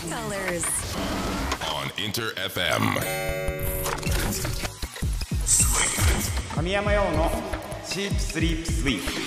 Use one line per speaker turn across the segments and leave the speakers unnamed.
colors
on Inter FM。
神山用のシープスリープスイープ。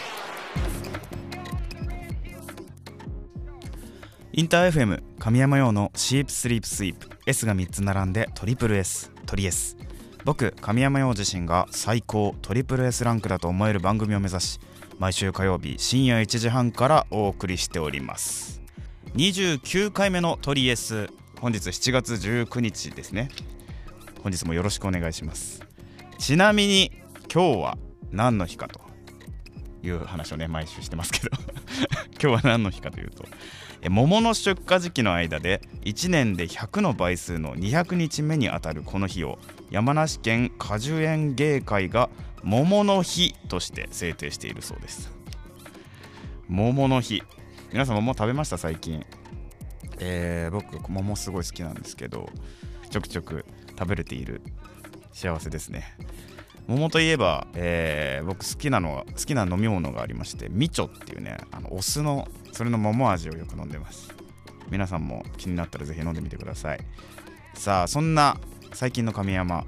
インター FM 神山用のシープスリープスイープ S が3つ並んでトリプル S トリ S。 僕神山用自身が最高トリプル S ランクだと思える番組を目指し、毎週火曜日深夜1時半からお送りしております。29回目のトリ S、 本日7月19日ですね。本日もよろしくお願いします。ちなみに今日は何の日かという話をね毎週してますけど今日は何の日かというと、桃の出荷時期の間で1年で100の倍数の200日目にあたるこの日を山梨県果樹園芸会が桃の日として制定しているそうです。桃の日、皆さん桃食べました最近？僕桃すごい好きなんですけど、ちょくちょく食べれている幸せですね。桃といえば、僕好きな飲み物がありまして、みちょっていうね、お酢のそれの桃味をよく飲んでます。皆さんも気になったらぜひ飲んでみてください。さあ、そんな最近の神山、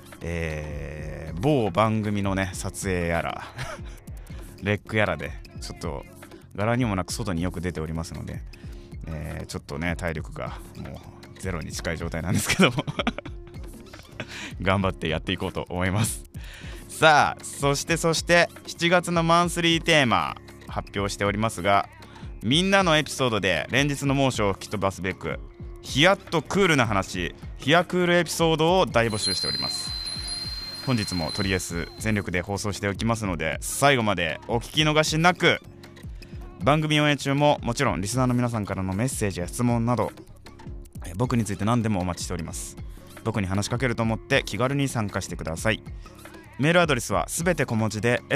某番組のね撮影やらレックやらでちょっと柄にもなく外によく出ておりますので、ちょっとね体力がもうゼロに近い状態なんですけども頑張ってやっていこうと思います。さあ、そして7月のマンスリーテーマ発表しておりますが、みんなのエピソードで連日の猛暑を吹き飛ばすべくヒヤッとクールな話、ヒヤクールエピソードを大募集しております。本日もとりあえず全力で放送しておきますので、最後までお聞き逃しなく。番組応援中ももちろんリスナーの皆さんからのメッセージや質問など、僕について何でもお待ちしております。僕に話しかけると思って気軽に参加してください。メールアドレスはすべて小文字で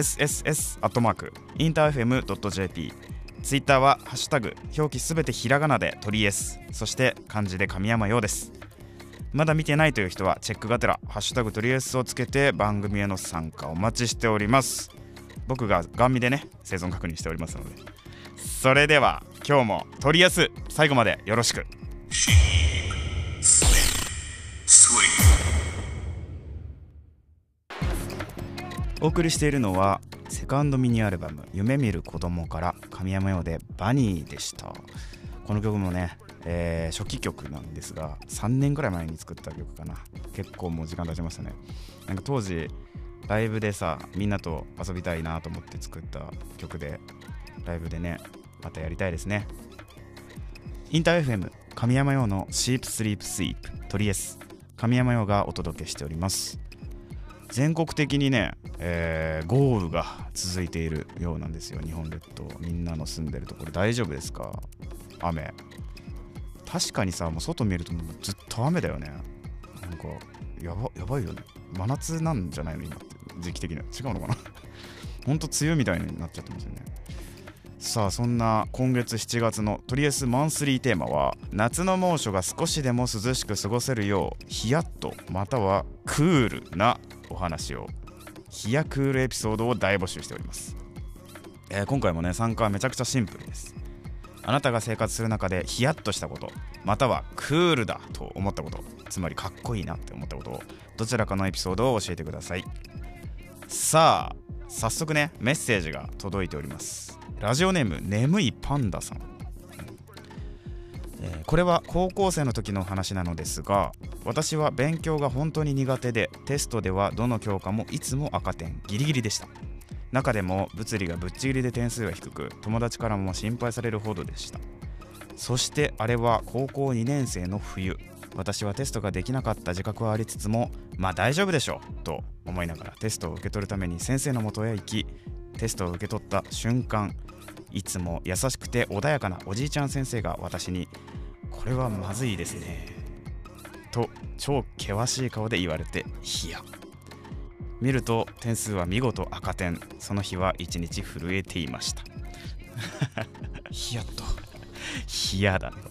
sss@interfm.jp。 ツイッターはハッシュタグ表記すべてひらがなでトリエス、そして漢字で神山用です。まだ見てないという人はチェックがてらハッシュタグトリエスをつけて番組への参加お待ちしております。僕がガン見でね生存確認しておりますので。それでは今日もトリエス最後までよろしく。お送りしているのはセカンドミニアルバム夢見る子供から神山用でバニーでした。この曲もね、初期曲なんですが3年くらい前に作った曲かな。結構もう時間経ちましたね。なんか当時ライブでさ、みんなと遊びたいなと思って作った曲で、ライブでねまたやりたいですね。インター FM 神山用のシープスリープスイープトリエス、神山用がお届けしております。全国的にね、豪雨が続いているようなんですよ。日本列島、みんなの住んでるところ大丈夫ですか？雨確かにさ、もう外見るともうずっと雨だよね。なんかやばいよね。真夏なんじゃないの今って、時期的には違うのかなほんと梅雨みたいになっちゃってますよね。さあ、そんな今月7月のとりあえずマンスリーテーマは、夏の猛暑が少しでも涼しく過ごせるようヒヤッとまたはクールなお話を、ヒヤクールエピソードを大募集しております。今回もね参加はめちゃくちゃシンプルです。あなたが生活する中でヒヤッとしたこと、またはクールだと思ったこと、つまりかっこいいなって思ったことを、どちらかのエピソードを教えてください。さあ、早速ねメッセージが届いております。ラジオネーム眠いパンダさん。これは高校生の時の話なのですが、私は勉強が本当に苦手で、テストではどの教科もいつも赤点ギリギリでした。中でも物理がぶっちぎりで点数が低く、友達からも心配されるほどでした。そしてあれは高校2年生の冬、私はテストができなかった自覚はありつつも、まあ大丈夫でしょと思いながらテストを受け取るために先生の元へ行き、テストを受け取った瞬間、いつも優しくて穏やかなおじいちゃん先生が私に、これはまずいですねと超険しい顔で言われてヒヤ。見ると点数は見事赤点。その日は一日震えていましたヒヤッとヒヤだね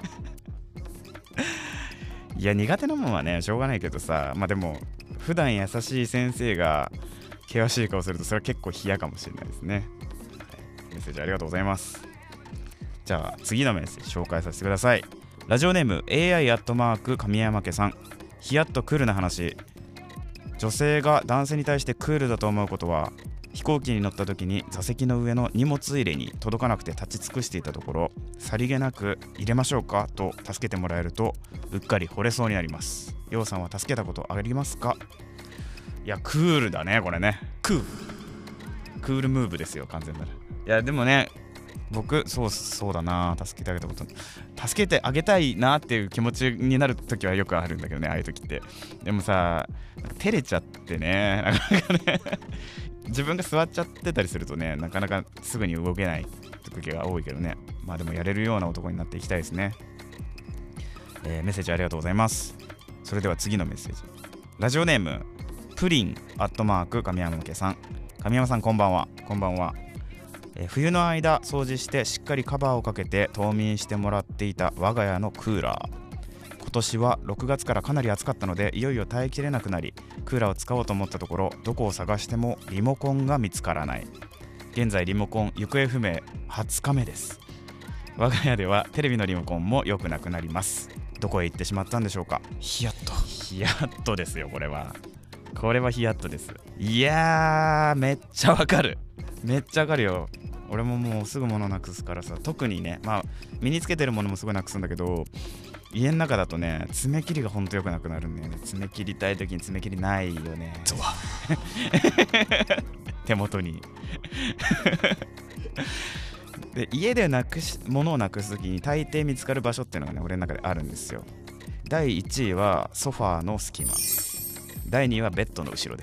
いや、苦手なもんはねしょうがないけどさ、まあでも普段優しい先生が険しい顔すると、それは結構ヒヤかもしれないですね。メッセージありがとうございます。じゃあ次のメッセージ紹介させてください。 ラジオネーム AI アットマーク神山家さん、ヒヤッとクールな話。女性が男性に対してクールだと思うことは、飛行機に乗った時に座席の上の荷物入れに届かなくて立ち尽くしていたところ、さりげなく入れましょうかと助けてもらえるとうっかり惚れそうになります。ようさんは助けたことありますか？いや、クールだねこれね。クールムーブですよ完全なる。いやでもね、僕そうだな、助けてあげたこと、助けてあげたいなっていう気持ちになる時はよくあるんだけどね、ああいう時って。でもさ、照れちゃってね、なかなかね自分が座っちゃってたりするとね、なかなかすぐに動けない時が多いけどね。まあでもやれるような男になっていきたいですね。メッセージありがとうございます。それでは次のメッセージ。ラジオネームプリンアットマーク神山家さん、神山さんこんばんは。こんばんは。冬の間掃除してしっかりカバーをかけて冬眠してもらっていた我が家のクーラー。今年は6月からかなり暑かったのでいよいよ耐えきれなくなり、クーラーを使おうと思ったところ、どこを探してもリモコンが見つからない。現在リモコン行方不明20日目です。我が家ではテレビのリモコンもよくなくなります。どこへ行ってしまったんでしょうか？ヒヤッとですよ。これはヒヤッとです。いやー、めっちゃわかるよ。俺ももうすぐ物なくすからさ。特にね、まあ身につけてるものもすごいなくすんだけど、家の中だとね、爪切りがほんとよくなくなるんだよね。爪切りたい時に爪切りないよね。手元にで、家で物をなくす時に大抵見つかる場所っていうのがね、俺の中であるんですよ。第1位はソファーの隙間、第2位はベッドの後ろです。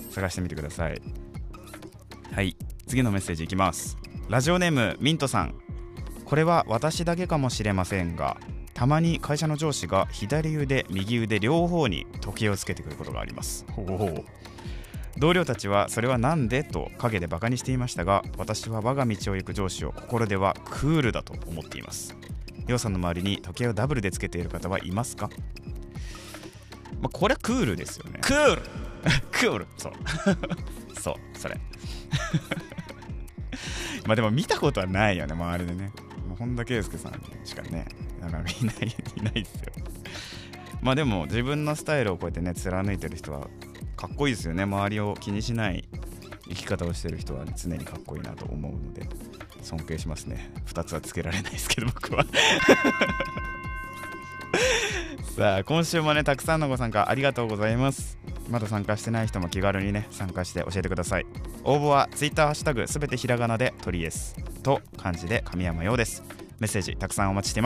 探してみてください。はい、次のメッセージいきます。ラジオネームミントさん、これは私だけかもしれませんが、たまに会社の上司が左腕右腕両方に時計をつけてくることがあります。同僚たちはそれはなんでと陰でバカにしていましたが、私は我が道を行く上司を心ではクールだと思っています。りょうさんの周りに時計をダブルでつけている方はいますか？まあ、これはクールですよね。クールそうそれまあでも見たことはないよね、周りでね。もう本田圭佑さんしかね、なかなかいないですよ。まあでも自分のスタイルをこうやってね貫いてる人はかっこいいですよね。周りを気にしない生き方をしてる人は、ね、常にかっこいいなと思うので尊敬しますね。2つはつけられないですけど僕はさあ、今週もねたくさんのご参加ありがとうございます。まだ参加してない人も気軽にね参加して教えてください。応募は Twitter ハッシュタグすべてひらがなでトリエスと漢字で神山陽です。メッセージたくさんお待ちしてます。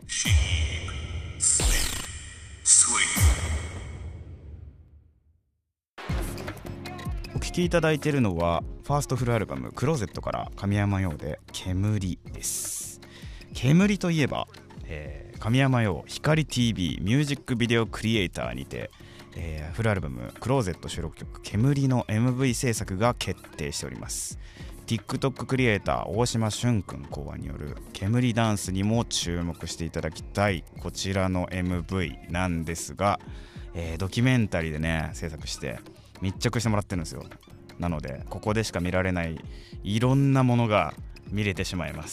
お聴きいただいているのはファーストフルアルバムクローゼットから神山陽で煙です。煙といえば、神山陽光 TV ミュージックビデオクリエイターにて、フルアルバムクローゼット収録曲煙の MV 制作が決定しております。 TikTok クリエイター大島俊くん考案による煙ダンスにも注目していただきたいこちらの MV なんですが、ドキュメンタリーでね制作して密着してもらってるんですよ。なのでここでしか見られないいろんなものが見れてしまいます。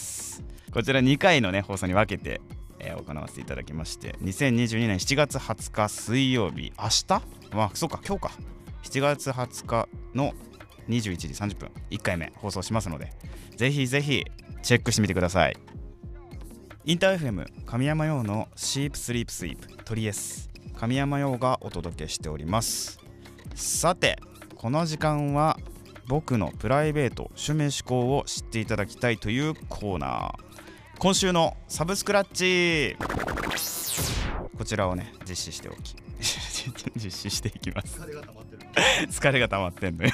こちら2回のね放送に分けて行わせていただきまして、2022年7月20日水曜日、明日、そうか今日か、7月20日の21時30分1回目放送しますので、ぜひぜひチェックしてみてください。インター FM 神山陽のシープスリープスイープトリエス、神山陽がお届けしております。さてこの時間は僕のプライベート趣味思考を知っていただきたいというコーナー、今週のサブスクラッチ、こちらをね実施していきます。疲れが溜まってんのよ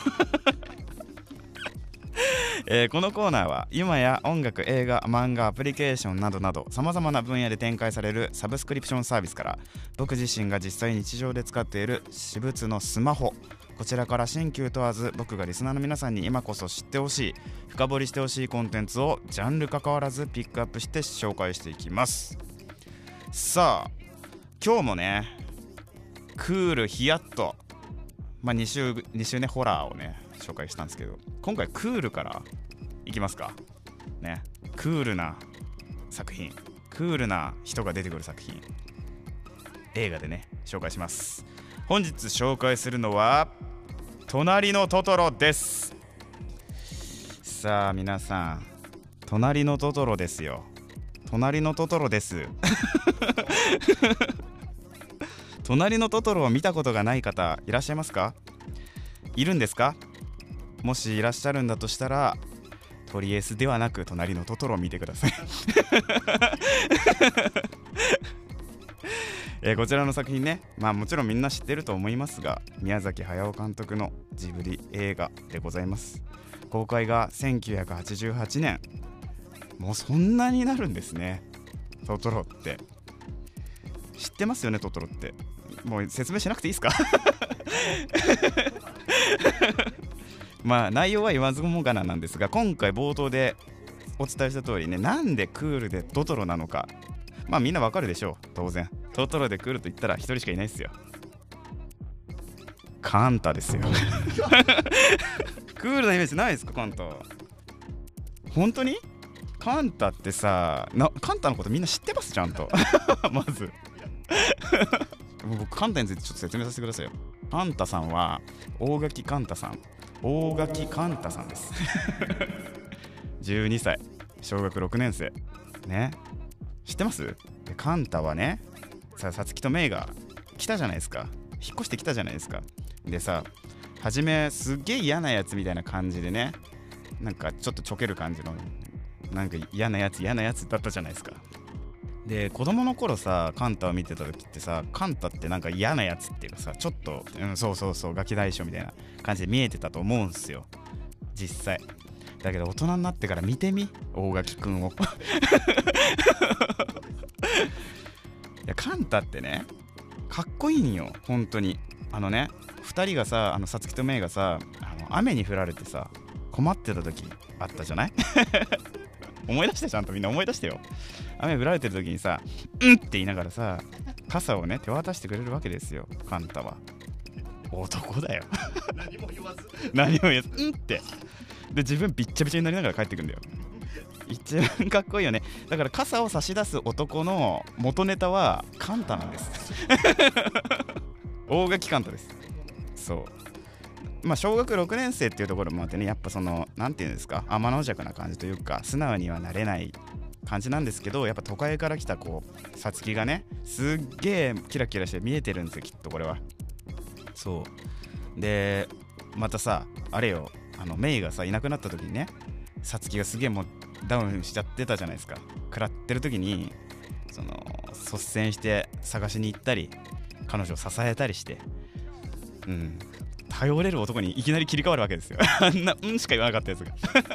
このコーナーは今や音楽、映画、漫画、アプリケーションなどなどさまざまな分野で展開されるサブスクリプションサービスから、僕自身が実際日常で使っている私物のスマホ、こちらから新旧問わず僕がリスナーの皆さんに今こそ知ってほしい、深掘りしてほしいコンテンツをジャンル関わらずピックアップして紹介していきます。さあ今日もねクールヒヤッと、2週ねホラーをね紹介したんですけど、今回クールからいきますかね。クールな作品、 クールな人が出てくる作品、映画でね紹介します。本日紹介するのは隣のトトロです。さあ皆さん、隣のトトロですよ。隣のトトロです隣のトトロを見たことがない方いらっしゃいますか？いるんですか？もしいらっしゃるんだとしたら、トリエスではなく隣のトトロを見てくださいこちらの作品ね、もちろんみんな知ってると思いますが、宮崎駿監督のジブリ映画でございます。公開が1988年。もうそんなになるんですね。トトロって知ってますよね。トトロってもう説明しなくていいですか内容は言わずもがななんですが、今回冒頭でお伝えした通りね、なんでクールでトトロなのか、みんなわかるでしょう。当然トトロでクールと言ったら一人しかいないですよ。カンタですよクールなイメージないですか？カンタ本当に？カンタってさ、カンタのことみんな知ってます？ちゃんとまず僕カンタについてちょっと説明させてくださいよ。カンタさんは大垣カンタさん、大垣カンタさんです12歳、小学6年生ね。知ってます？でカンタはね、さつきとメイが来たじゃないですか。引っ越してきたじゃないですか。でさ、初めすっげえ嫌なやつみたいな感じでね、なんかちょっとちょける感じの、なんか嫌なやつだったじゃないですか。で子供の頃さ、カンタを見てた時ってさ、カンタってなんか嫌なやつっていうかさ、ちょっと、そうガキ大将みたいな感じで見えてたと思うんすよ、実際。だけど大人になってから見てみ、大垣くんをいやカンタってね、かっこいいんよ本当に。2人がさ、さつきとメイがさ、雨に降られてさ困ってた時あったじゃない思い出して、ちゃんとみんな思い出してよ。雨降られてる時にさ、って言いながらさ、傘をね手渡してくれるわけですよ。カンタは男だよ何も言わずってで、自分びっちゃびちゃになりながら帰ってくんだよ。一番かっこいいよね。だから傘を差し出す男の元ネタはカンタなんです大垣カンタです。そう、小学6年生っていうところもあってね、やっぱなんていうんですか、天の弱な感じというか、素直にはなれない感じなんですけど、やっぱ都会から来たさつきがね、すっげえキラキラして見えてるんですよ、きっとこれは。そうで、またさ、あれよ、メイがさいなくなった時にね、さつきがすげえもうダウンしちゃってたじゃないですか。食らってる時に率先して探しに行ったり、彼女を支えたりして、頼れる男にいきなり切り替わるわけですよあんなしか言わなかったやつが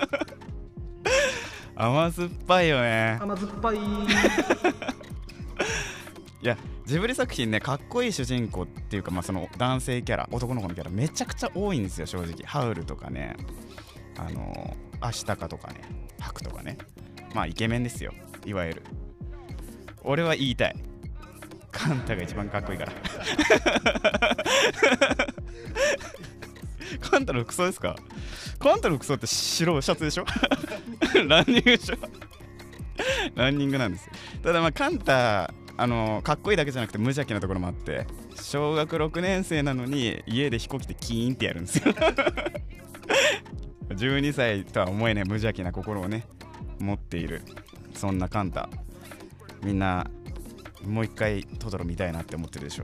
甘酸っぱいよね。
甘酸っぱいい
や、ジブリ作品ね、かっこいい主人公っていうか、男性キャラ、男の子のキャラめちゃくちゃ多いんですよ、正直。ハウルとかね、アシタカとかね、ハクとかね、イケメンですよ、いわゆる。俺は言いたい、カンタが一番かっこいいからカンタの服装ですか？カンタの服装って白シャツでしょランニングでしょランニングなんですよ。ただカンタかっこいいだけじゃなくて無邪気なところもあって、小学6年生なのに家で飛行機でキーンってやるんですよ12歳とは思えない無邪気な心をね持っている、そんなカンタ。みんなもう一回トトロ見たいなって思ってるでしょ。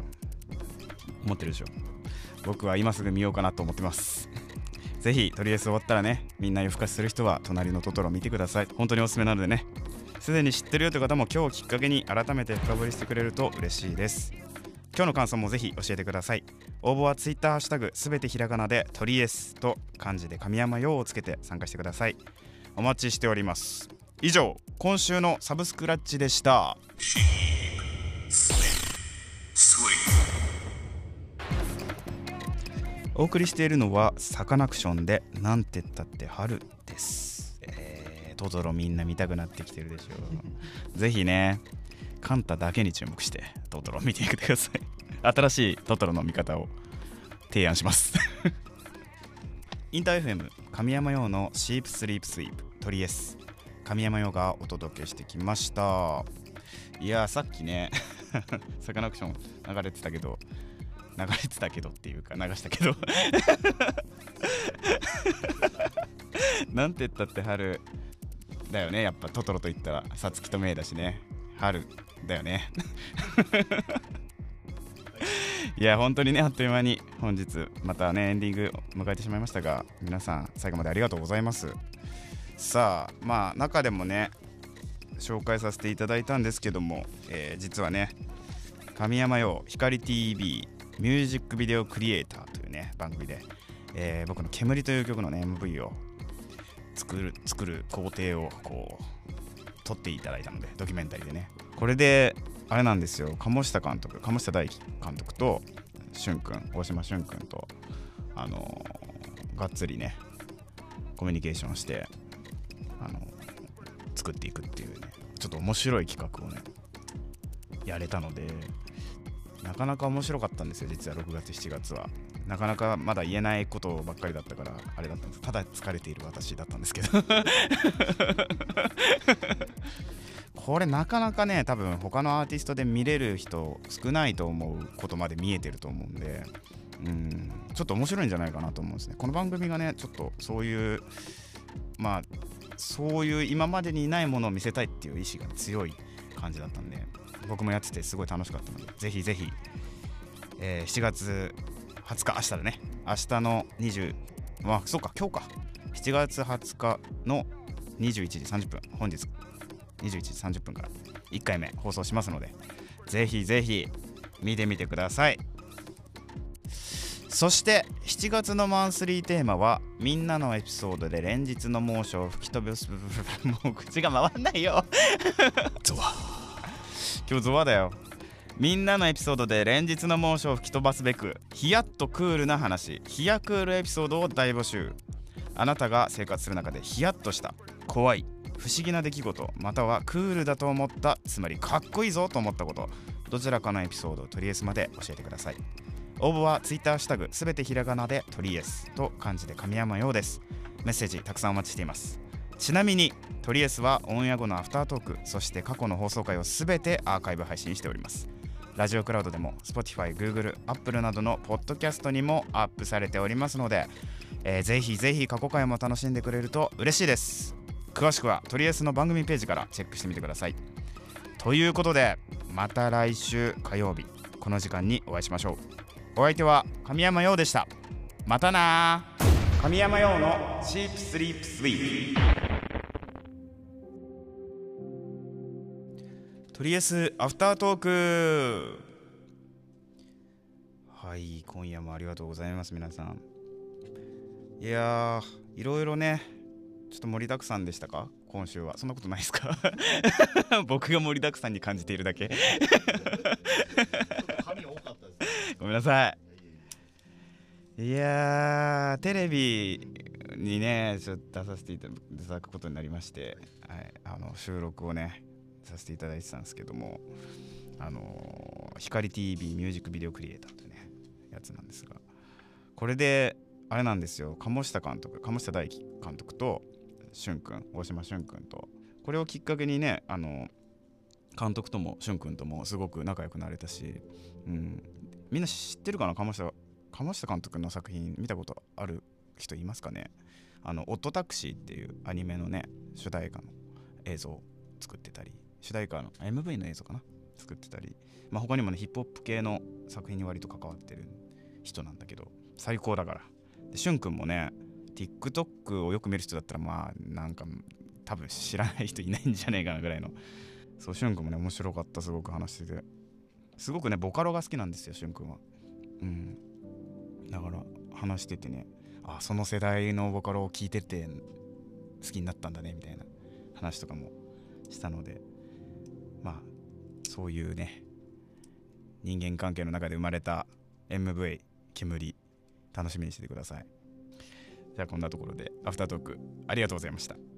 僕は今すぐ見ようかなと思ってます。ぜひとりあえず終わったらね、みんな夜更かしする人は隣のトトロ見てください。本当におすすめなのでね、すでに知ってるよという方も今日きっかけに改めて深掘りしてくれると嬉しいです。今日の感想もぜひ教えてください。応募はツイッターハッシュタグすべてひらがなでトリエスと漢字で神山用をつけて参加してください。お待ちしております。以上、今週のサブスクラッチでした。お送りしているのはサカナクションでなんてったって春です。トトロみんな見たくなってきてるでしょうぜひね、カンタだけに注目してトトロ見てみてください。新しいトトロの見方を提案しますインター FM 神山用のシープスリープスイープトリエス、神山用がお届けしてきました。 いやさっきねサカナクション流れてたけどっていうか流したけどなんて言ったって春だよね。やっぱトトロと言ったらさつきとメイだしね、春だよねいや本当にね、あっという間に本日またねエンディングを迎えてしまいましたが、皆さん最後までありがとうございます。さあまあ中でもね紹介させていただいたんですけども、実はね神山陽光 TV ミュージックビデオクリエイターというね番組で、僕の煙という曲のね MV を作る工程をこう撮っていただいたので、ドキュメンタリーでね、これであれなんですよ、鴨下大樹監督と大島俊君とがっつりねコミュニケーションして作っていくっていうね、ちょっと面白い企画をねやれたので、なかなか面白かったんですよ。実は6月7月はなかなかまだ言えないことばっかりだったからあれだったんです。ただ疲れている私だったんですけどこれなかなかね多分他のアーティストで見れる人少ないと思うことまで見えてると思うんで、ちょっと面白いんじゃないかなと思うんですね。この番組がねちょっとそういうそういう今までにないものを見せたいっていう意志が強い感じだったんで、僕もやっててすごい楽しかったので、ぜひぜひ、7月20日明日だね、明日のそうか今日か7月20日の21時30分本日21時30分から1回目放送しますので、ぜひぜひ見てみてください。そして7月のマンスリーテーマはみんなのエピソードで連日の猛暑を吹き飛ばすもう口が回んないよゾワ今日ゾワだよ。みんなのエピソードで連日の猛暑を吹き飛ばすべくヒヤッとクールな話、ヒヤクールエピソードを大募集。あなたが生活する中でヒヤッとした怖い不思議な出来事、またはクールだと思った、つまりかっこいいぞと思ったこと、どちらかのエピソードをとりあえずまで教えてください。応募はツイッターハッシュタグすべてひらがなでとりえすと漢字で神山陽です。メッセージたくさんお待ちしています。ちなみにとりえすはオンエア後のアフタートーク、そして過去の放送回をすべてアーカイブ配信しております。ラジオクラウドでも Spotify、Google、Apple などのポッドキャストにもアップされておりますので、ぜひぜひ過去回も楽しんでくれると嬉しいです。詳しくはとりえすの番組ページからチェックしてみてください。ということでまた来週火曜日この時間にお会いしましょう。お相手は神山陽でした。またな。神山陽のチープスリープスイープ。とりあえずアフタートーク。はい、今夜もありがとうございます皆さん。いやーいろいろねちょっと盛りだくさんでしたか今週は。そんなことないですか僕が盛りだくさんに感じているだけごめんなさい。いやーテレビにねちょっと出させていただくことになりまして、はい、収録をねさせていただいてたんですけども、光 TV ミュージックビデオクリエイターというねやつなんですが、これであれなんですよ、鴨下大樹監督と大島俊君と、これをきっかけにね監督とも俊君ともすごく仲良くなれたし、みんな知ってるかな、鴨下監督の作品見たことある人いますかね。オットタクシーっていうアニメのね主題歌の映像を作ってたり、主題歌の MV の映像かな作ってたり、他にもねヒップホップ系の作品に割と関わってる人なんだけど最高だから。で俊君もね TikTok をよく見る人だったらなんか多分知らない人いないんじゃねえかなぐらいの、そう俊君もね面白かった。すごく話してて、すごくねボカロが好きなんですよ俊君は。だから話しててね、その世代のボカロを聴いてて好きになったんだねみたいな話とかもしたので、そういうね人間関係の中で生まれた MV 煙楽しみにしててください。じゃあこんなところでアフタートークありがとうございました。